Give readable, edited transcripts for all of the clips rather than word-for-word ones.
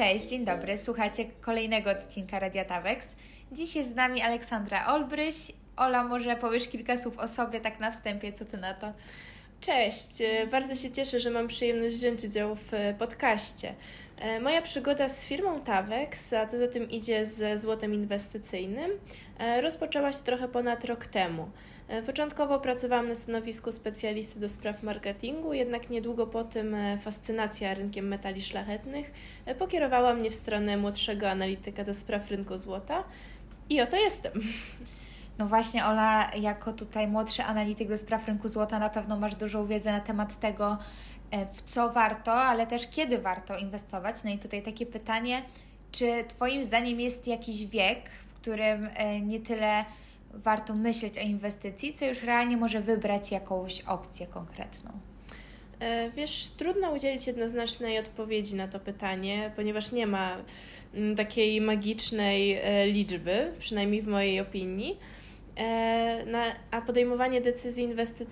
Cześć, dzień dobry. Słuchacie kolejnego odcinka Radia Tawex. Dziś jest z nami Aleksandra Olbryś. Ola, może powiesz kilka słów o sobie tak na wstępie, co ty na to? Cześć, bardzo się cieszę, że mam przyjemność wziąć udział w podcaście. Moja przygoda z firmą Tawex, a co za tym idzie ze złotem inwestycyjnym, rozpoczęła się trochę ponad rok temu. Początkowo pracowałam na stanowisku specjalisty do spraw marketingu, jednak niedługo po tym fascynacja rynkiem metali szlachetnych pokierowała mnie w stronę młodszego analityka do spraw rynku złota i oto jestem. No właśnie, Ola, jako tutaj młodszy analityk do spraw rynku złota na pewno masz dużą wiedzę na temat tego, w co warto, ale też kiedy warto inwestować. No i tutaj takie pytanie, czy Twoim zdaniem jest jakiś wiek, w którym nie tyle warto myśleć o inwestycji, co już realnie może wybrać jakąś opcję konkretną? Wiesz, trudno udzielić jednoznacznej odpowiedzi na to pytanie, ponieważ nie ma takiej magicznej liczby, przynajmniej w mojej opinii. Na podejmowanie decyzji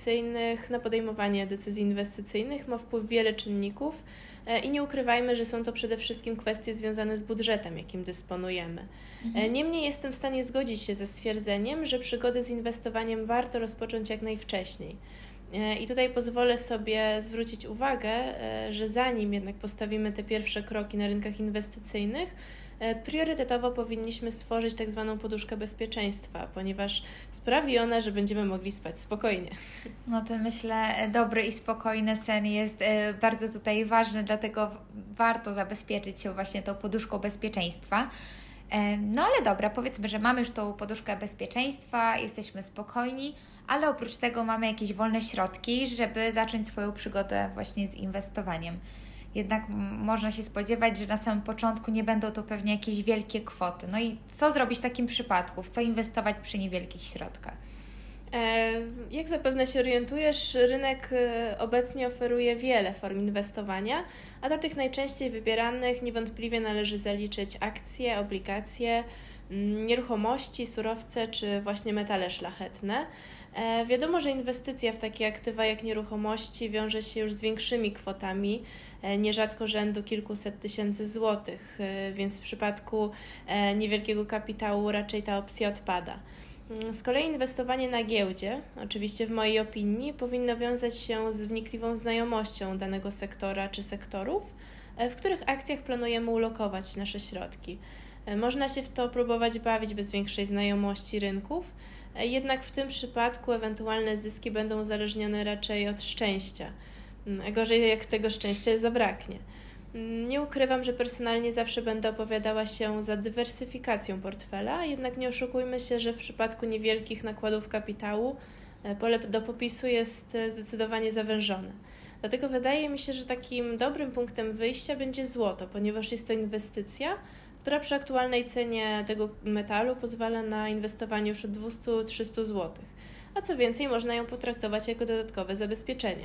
inwestycyjnych ma wpływ wiele czynników i nie ukrywajmy, że są to przede wszystkim kwestie związane z budżetem, jakim dysponujemy. Niemniej jestem w stanie zgodzić się ze stwierdzeniem, że przygodę z inwestowaniem warto rozpocząć jak najwcześniej. I tutaj pozwolę sobie zwrócić uwagę, że zanim jednak postawimy te pierwsze kroki na rynkach inwestycyjnych, priorytetowo powinniśmy stworzyć tak zwaną poduszkę bezpieczeństwa, ponieważ sprawi ona, że będziemy mogli spać spokojnie. No to myślę, dobry i spokojny sen jest bardzo tutaj ważny, dlatego warto zabezpieczyć się właśnie tą poduszką bezpieczeństwa. No ale dobra, powiedzmy, że mamy już tą poduszkę bezpieczeństwa, jesteśmy spokojni, ale oprócz tego mamy jakieś wolne środki, żeby zacząć swoją przygodę właśnie z inwestowaniem. Jednak można się spodziewać, że na samym początku nie będą to pewnie jakieś wielkie kwoty. No i co zrobić w takim przypadku? W co inwestować przy niewielkich środkach? Jak zapewne się orientujesz, rynek obecnie oferuje wiele form inwestowania, a do tych najczęściej wybieranych niewątpliwie należy zaliczyć akcje, obligacje, nieruchomości, surowce czy właśnie metale szlachetne. Wiadomo, że inwestycja w takie aktywa jak nieruchomości wiąże się już z większymi kwotami, nierzadko rzędu kilkuset tysięcy złotych, więc w przypadku niewielkiego kapitału raczej ta opcja odpada. Z kolei inwestowanie na giełdzie, oczywiście w mojej opinii, powinno wiązać się z wnikliwą znajomością danego sektora czy sektorów, w których akcjach planujemy ulokować nasze środki. Można się w to próbować bawić bez większej znajomości rynków, jednak w tym przypadku ewentualne zyski będą uzależnione raczej od szczęścia. Gorzej jak tego szczęścia zabraknie. Nie ukrywam, że personalnie zawsze będę opowiadała się za dywersyfikacją portfela, jednak nie oszukujmy się, że w przypadku niewielkich nakładów kapitału pole do popisu jest zdecydowanie zawężone. Dlatego wydaje mi się, że takim dobrym punktem wyjścia będzie złoto, ponieważ jest to inwestycja, która przy aktualnej cenie tego metalu pozwala na inwestowanie już od 200-300 zł, a co więcej można ją potraktować jako dodatkowe zabezpieczenie.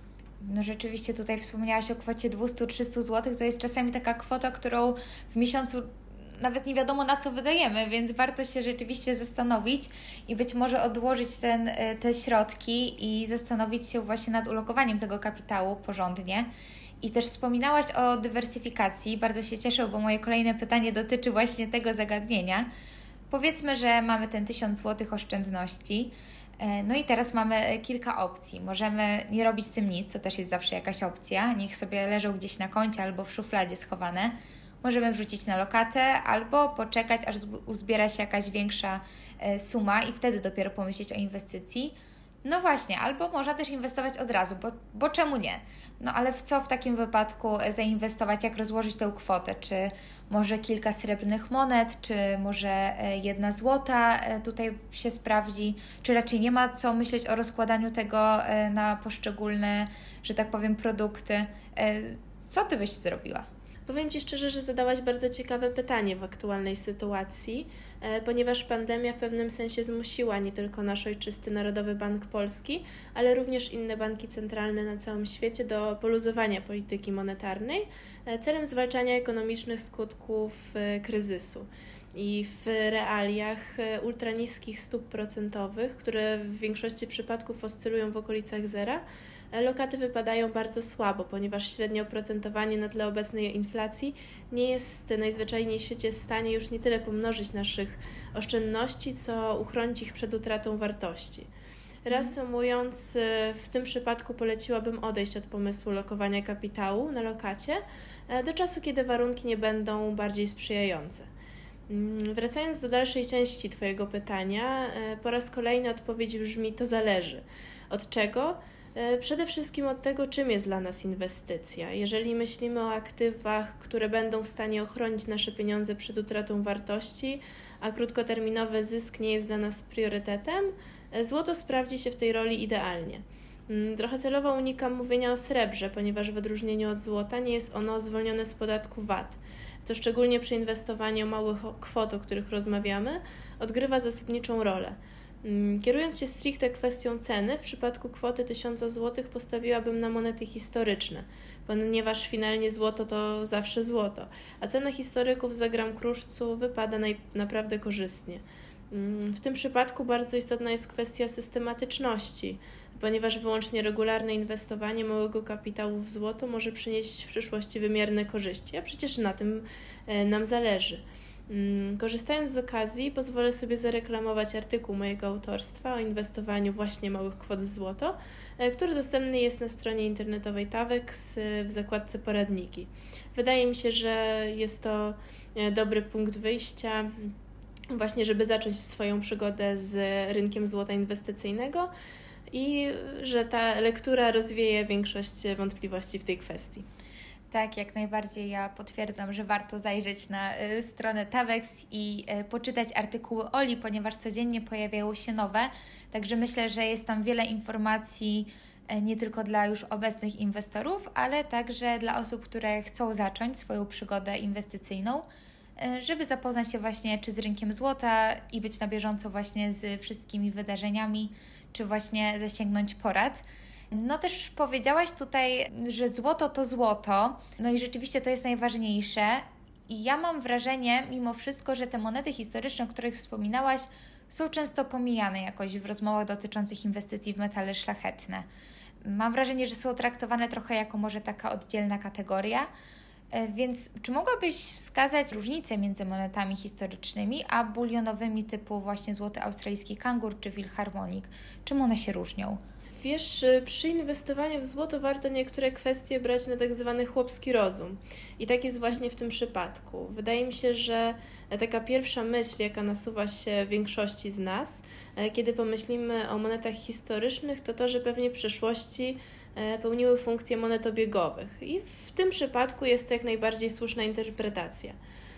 No rzeczywiście tutaj wspomniałaś o kwocie 200-300 zł, to jest czasami taka kwota, którą w miesiącu nawet nie wiadomo na co wydajemy, więc warto się rzeczywiście zastanowić i być może odłożyć te środki i zastanowić się właśnie nad ulokowaniem tego kapitału porządnie. I też wspominałaś o dywersyfikacji, bardzo się cieszę, bo moje kolejne pytanie dotyczy właśnie tego zagadnienia. Powiedzmy, że mamy ten 1000 zł oszczędności, no i teraz mamy kilka opcji. Możemy nie robić z tym nic, to też jest zawsze jakaś opcja. Niech sobie leżą gdzieś na koncie albo w szufladzie schowane. Możemy wrzucić na lokatę albo poczekać, aż uzbiera się jakaś większa suma i wtedy dopiero pomyśleć o inwestycji. No właśnie, albo można też inwestować od razu, bo czemu nie? No ale w co w takim wypadku zainwestować, jak rozłożyć tę kwotę? Czy może kilka srebrnych monet, czy może 1 złota tutaj się sprawdzi? Czy raczej nie ma co myśleć o rozkładaniu tego na poszczególne, że tak powiem, produkty? Co Ty byś zrobiła? Powiem Ci szczerze, że zadałaś bardzo ciekawe pytanie w aktualnej sytuacji, ponieważ pandemia w pewnym sensie zmusiła nie tylko nasz ojczysty Narodowy Bank Polski, ale również inne banki centralne na całym świecie do poluzowania polityki monetarnej celem zwalczania ekonomicznych skutków kryzysu. I w realiach ultraniskich stóp procentowych, które w większości przypadków oscylują w okolicach zera, lokaty wypadają bardzo słabo, ponieważ średnie oprocentowanie na tle obecnej inflacji nie jest najzwyczajniej w świecie w stanie już nie tyle pomnożyć naszych oszczędności, co uchronić ich przed utratą wartości. Reasumując, w tym przypadku poleciłabym odejść od pomysłu lokowania kapitału na lokacie do czasu, kiedy warunki nie będą bardziej sprzyjające. Wracając do dalszej części Twojego pytania, po raz kolejny odpowiedź brzmi: to zależy. Od czego? Przede wszystkim od tego, czym jest dla nas inwestycja. Jeżeli myślimy o aktywach, które będą w stanie ochronić nasze pieniądze przed utratą wartości, a krótkoterminowy zysk nie jest dla nas priorytetem, złoto sprawdzi się w tej roli idealnie. Trochę celowo unikam mówienia o srebrze, ponieważ w odróżnieniu od złota nie jest ono zwolnione z podatku VAT, co szczególnie przy inwestowaniu małych kwot, o których rozmawiamy, odgrywa zasadniczą rolę. Kierując się stricte kwestią ceny, w przypadku kwoty 1000 zł postawiłabym na monety historyczne, ponieważ finalnie złoto to zawsze złoto, a cena historyków za gram kruszcu wypada naprawdę korzystnie. W tym przypadku bardzo istotna jest kwestia systematyczności, ponieważ wyłącznie regularne inwestowanie małego kapitału w złoto może przynieść w przyszłości wymierne korzyści, a przecież na tym nam zależy. Korzystając z okazji, pozwolę sobie zareklamować artykuł mojego autorstwa o inwestowaniu właśnie małych kwot w złoto, który dostępny jest na stronie internetowej Tawex w zakładce poradniki. Wydaje mi się, że jest to dobry punkt wyjścia, właśnie żeby zacząć swoją przygodę z rynkiem złota inwestycyjnego i że ta lektura rozwieje większość wątpliwości w tej kwestii. Tak, jak najbardziej ja potwierdzam, że warto zajrzeć na stronę Tawex i poczytać artykuły Oli, ponieważ codziennie pojawiają się nowe, także myślę, że jest tam wiele informacji nie tylko dla już obecnych inwestorów, ale także dla osób, które chcą zacząć swoją przygodę inwestycyjną, żeby zapoznać się właśnie czy z rynkiem złota i być na bieżąco właśnie z wszystkimi wydarzeniami, czy właśnie zasięgnąć porad. No też powiedziałaś tutaj, że złoto to złoto, no i rzeczywiście to jest najważniejsze i ja mam wrażenie mimo wszystko, że te monety historyczne, o których wspominałaś, są często pomijane jakoś w rozmowach dotyczących inwestycji w metale szlachetne. Mam wrażenie, że są traktowane trochę jako może taka oddzielna kategoria, więc czy mogłabyś wskazać różnicę między monetami historycznymi a bulionowymi typu właśnie złoty australijski kangur czy filharmonik? Czym one się różnią? Wiesz, przy inwestowaniu w złoto warto niektóre kwestie brać na tak zwany chłopski rozum. I tak jest właśnie w tym przypadku. Wydaje mi się, że taka pierwsza myśl, jaka nasuwa się większości z nas, kiedy pomyślimy o monetach historycznych, to to, że pewnie w przeszłości pełniły funkcje monet obiegowych. I w tym przypadku jest to jak najbardziej słuszna interpretacja.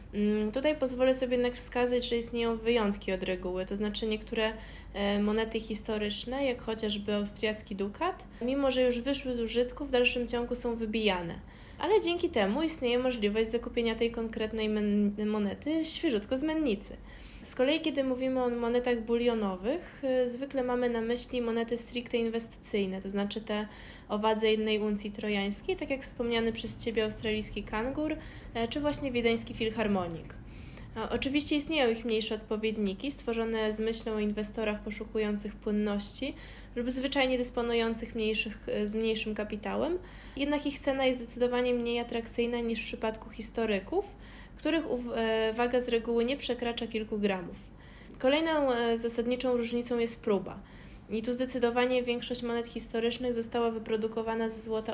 Tutaj pozwolę sobie jednak wskazać, że istnieją wyjątki od reguły, to znaczy niektóre monety historyczne, jak chociażby austriacki dukat, mimo że już wyszły z użytku, w dalszym ciągu są wybijane. Ale dzięki temu istnieje możliwość zakupienia tej konkretnej monety świeżutko z mennicy. Z kolei, kiedy mówimy o monetach bulionowych, zwykle mamy na myśli monety stricte inwestycyjne, to znaczy te o wadze 1 uncji trojańskiej, tak jak wspomniany przez Ciebie australijski kangur, czy właśnie wiedeński filharmonik. Oczywiście istnieją ich mniejsze odpowiedniki, stworzone z myślą o inwestorach poszukujących płynności lub zwyczajnie dysponujących z mniejszym kapitałem, jednak ich cena jest zdecydowanie mniej atrakcyjna niż w przypadku historyków, których waga z reguły nie przekracza kilku gramów. Kolejną zasadniczą różnicą jest próba. I tu zdecydowanie większość monet historycznych została wyprodukowana ze złota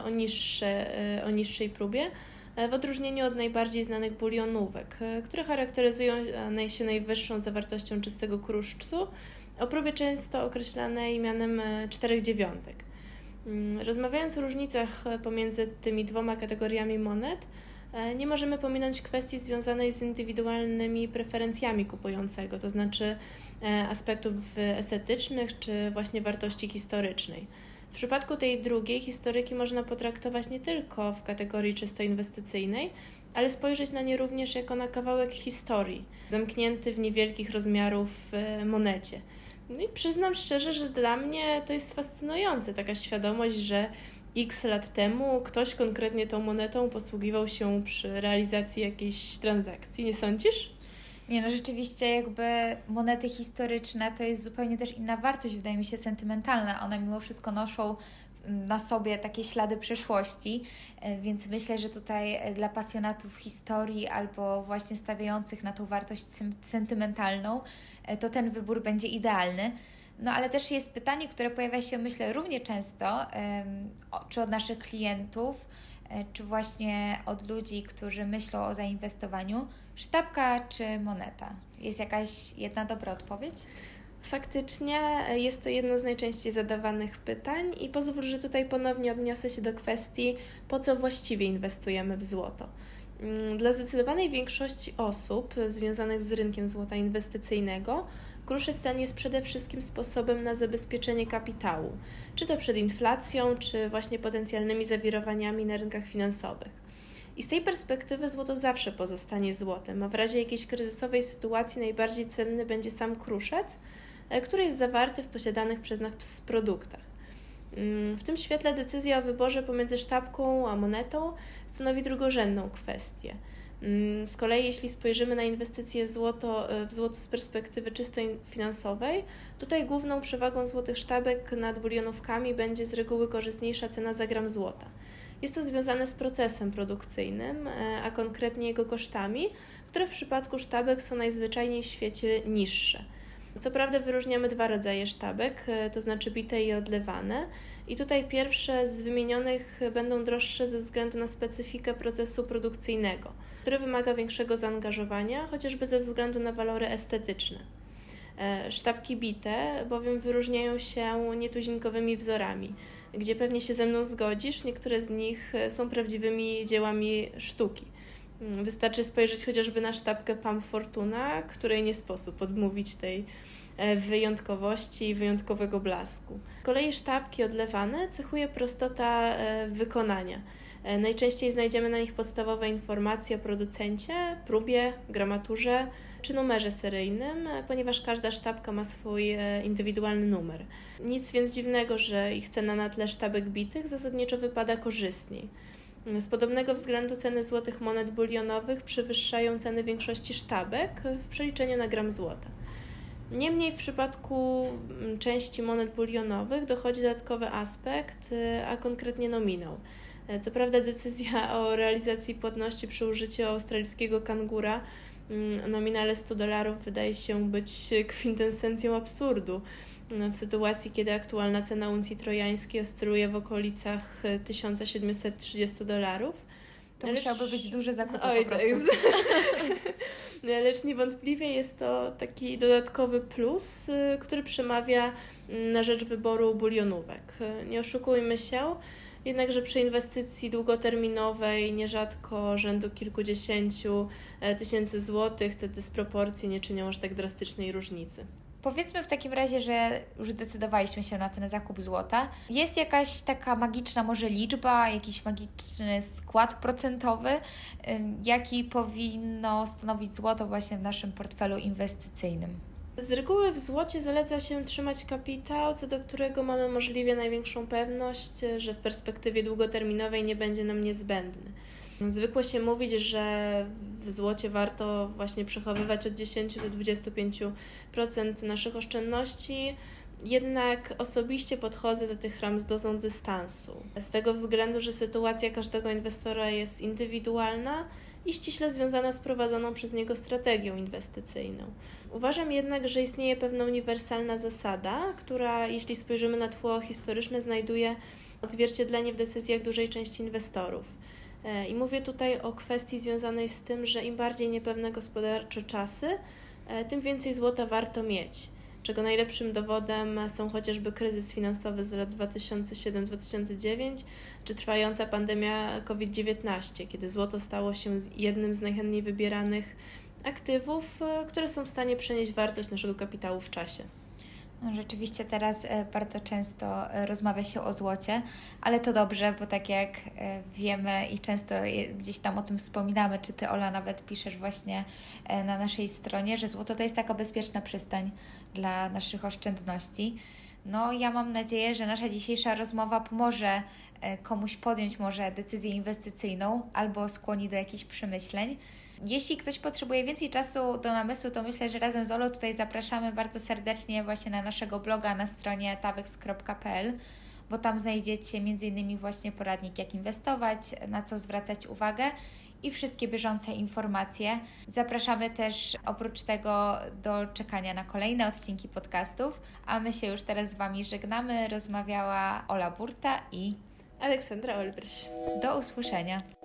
o niższej próbie, w odróżnieniu od najbardziej znanych bulionówek, które charakteryzują się najwyższą zawartością czystego kruszcu, o próbie często określanej mianem 4/9. Rozmawiając o różnicach pomiędzy tymi dwoma kategoriami monet, nie możemy pominąć kwestii związanej z indywidualnymi preferencjami kupującego, to znaczy aspektów estetycznych czy właśnie wartości historycznej. W przypadku tej drugiej historyki można potraktować nie tylko w kategorii czysto inwestycyjnej, ale spojrzeć na nie również jako na kawałek historii, zamknięty w niewielkich rozmiarów monecie. No i przyznam szczerze, że dla mnie to jest fascynujące, taka świadomość, że X lat temu ktoś konkretnie tą monetą posługiwał się przy realizacji jakiejś transakcji, nie sądzisz? Nie no, rzeczywiście jakby monety historyczne to jest zupełnie też inna wartość, wydaje mi się, sentymentalna. One mimo wszystko noszą na sobie takie ślady przeszłości, więc myślę, że tutaj dla pasjonatów historii albo właśnie stawiających na tą wartość sentymentalną, to ten wybór będzie idealny. No ale też jest pytanie, które pojawia się, myślę, równie często, czy od naszych klientów, czy właśnie od ludzi, którzy myślą o zainwestowaniu, sztabka czy moneta? Jest jakaś jedna dobra odpowiedź? Faktycznie jest to jedno z najczęściej zadawanych pytań i pozwól, że tutaj ponownie odniosę się do kwestii, po co właściwie inwestujemy w złoto. Dla zdecydowanej większości osób związanych z rynkiem złota inwestycyjnego Kruszystan jest przede wszystkim sposobem na zabezpieczenie kapitału, czy to przed inflacją, czy właśnie potencjalnymi zawirowaniami na rynkach finansowych. I z tej perspektywy złoto zawsze pozostanie złotem, a w razie jakiejś kryzysowej sytuacji najbardziej cenny będzie sam kruszec, który jest zawarty w posiadanych przez nas produktach. W tym świetle decyzja o wyborze pomiędzy sztabką a monetą stanowi drugorzędną kwestię. Z kolei jeśli spojrzymy na inwestycje w złoto z perspektywy czysto finansowej, tutaj główną przewagą złotych sztabek nad bulionówkami będzie z reguły korzystniejsza cena za gram złota. Jest to związane z procesem produkcyjnym, a konkretnie jego kosztami, które w przypadku sztabek są najzwyczajniej w świecie niższe. Co prawda wyróżniamy dwa rodzaje sztabek, to znaczy bite i odlewane. I tutaj pierwsze z wymienionych będą droższe ze względu na specyfikę procesu produkcyjnego, który wymaga większego zaangażowania, chociażby ze względu na walory estetyczne. Sztabki bite bowiem wyróżniają się nietuzinkowymi wzorami, gdzie pewnie się ze mną zgodzisz, niektóre z nich są prawdziwymi dziełami sztuki. Wystarczy spojrzeć chociażby na sztabkę Pam Fortuna, której nie sposób odmówić tej wyjątkowości i wyjątkowego blasku. Z kolei sztabki odlewane cechuje prostota wykonania. Najczęściej znajdziemy na nich podstawowe informacje o producencie, próbie, gramaturze czy numerze seryjnym, ponieważ każda sztabka ma swój indywidualny numer. Nic więc dziwnego, że ich cena na tle sztabek bitych zasadniczo wypada korzystniej. Z podobnego względu ceny złotych monet bulionowych przewyższają ceny większości sztabek w przeliczeniu na gram złota. Niemniej w przypadku części monet bulionowych dochodzi dodatkowy aspekt, a konkretnie nominał. Co prawda decyzja o realizacji płatności przy użyciu australijskiego kangura o nominale $100 wydaje się być kwintesencją absurdu w sytuacji, kiedy aktualna cena uncji trojańskiej oscyluje w okolicach $1730. To musiałby być duży zakup po prostu. Lecz niewątpliwie jest to taki dodatkowy plus, który przemawia na rzecz wyboru bulionówek. Nie oszukujmy się, jednakże przy inwestycji długoterminowej, nierzadko rzędu kilkudziesięciu tysięcy złotych, te dysproporcje nie czynią aż tak drastycznej różnicy. Powiedzmy w takim razie, że już zdecydowaliśmy się na ten zakup złota. Jest jakaś taka magiczna może liczba, jakiś magiczny skład procentowy, jaki powinno stanowić złoto właśnie w naszym portfelu inwestycyjnym? Z reguły w złocie zaleca się trzymać kapitał, co do którego mamy możliwie największą pewność, że w perspektywie długoterminowej nie będzie nam niezbędny. Zwykło się mówić, że w złocie warto właśnie przechowywać od 10 do 25% naszych oszczędności, jednak osobiście podchodzę do tych ram z dozą dystansu. Z tego względu, że sytuacja każdego inwestora jest indywidualna i ściśle związana z prowadzoną przez niego strategią inwestycyjną. Uważam jednak, że istnieje pewna uniwersalna zasada, która, jeśli spojrzymy na tło historyczne, znajduje odzwierciedlenie w decyzjach dużej części inwestorów. I mówię tutaj o kwestii związanej z tym, że im bardziej niepewne gospodarczo czasy, tym więcej złota warto mieć, czego najlepszym dowodem są chociażby kryzys finansowy z lat 2007-2009 czy trwająca pandemia COVID-19, kiedy złoto stało się jednym z najchętniej wybieranych aktywów, które są w stanie przenieść wartość naszego kapitału w czasie. No, rzeczywiście teraz bardzo często rozmawia się o złocie, ale to dobrze, bo tak jak wiemy i często gdzieś tam o tym wspominamy, czy Ty, Ola, nawet piszesz właśnie na naszej stronie, że złoto to jest taka bezpieczna przystań dla naszych oszczędności. No, ja mam nadzieję, że nasza dzisiejsza rozmowa pomoże komuś podjąć może decyzję inwestycyjną albo skłoni do jakichś przemyśleń. Jeśli ktoś potrzebuje więcej czasu do namysłu, to myślę, że razem z Olą tutaj zapraszamy bardzo serdecznie właśnie na naszego bloga na stronie tawex.pl, bo tam znajdziecie m.in. właśnie poradnik, jak inwestować, na co zwracać uwagę i wszystkie bieżące informacje. Zapraszamy też oprócz tego do czekania na kolejne odcinki podcastów, a my się już teraz z Wami żegnamy. Rozmawiała Ola Burta i Aleksandra Olbryś. do usłyszenia.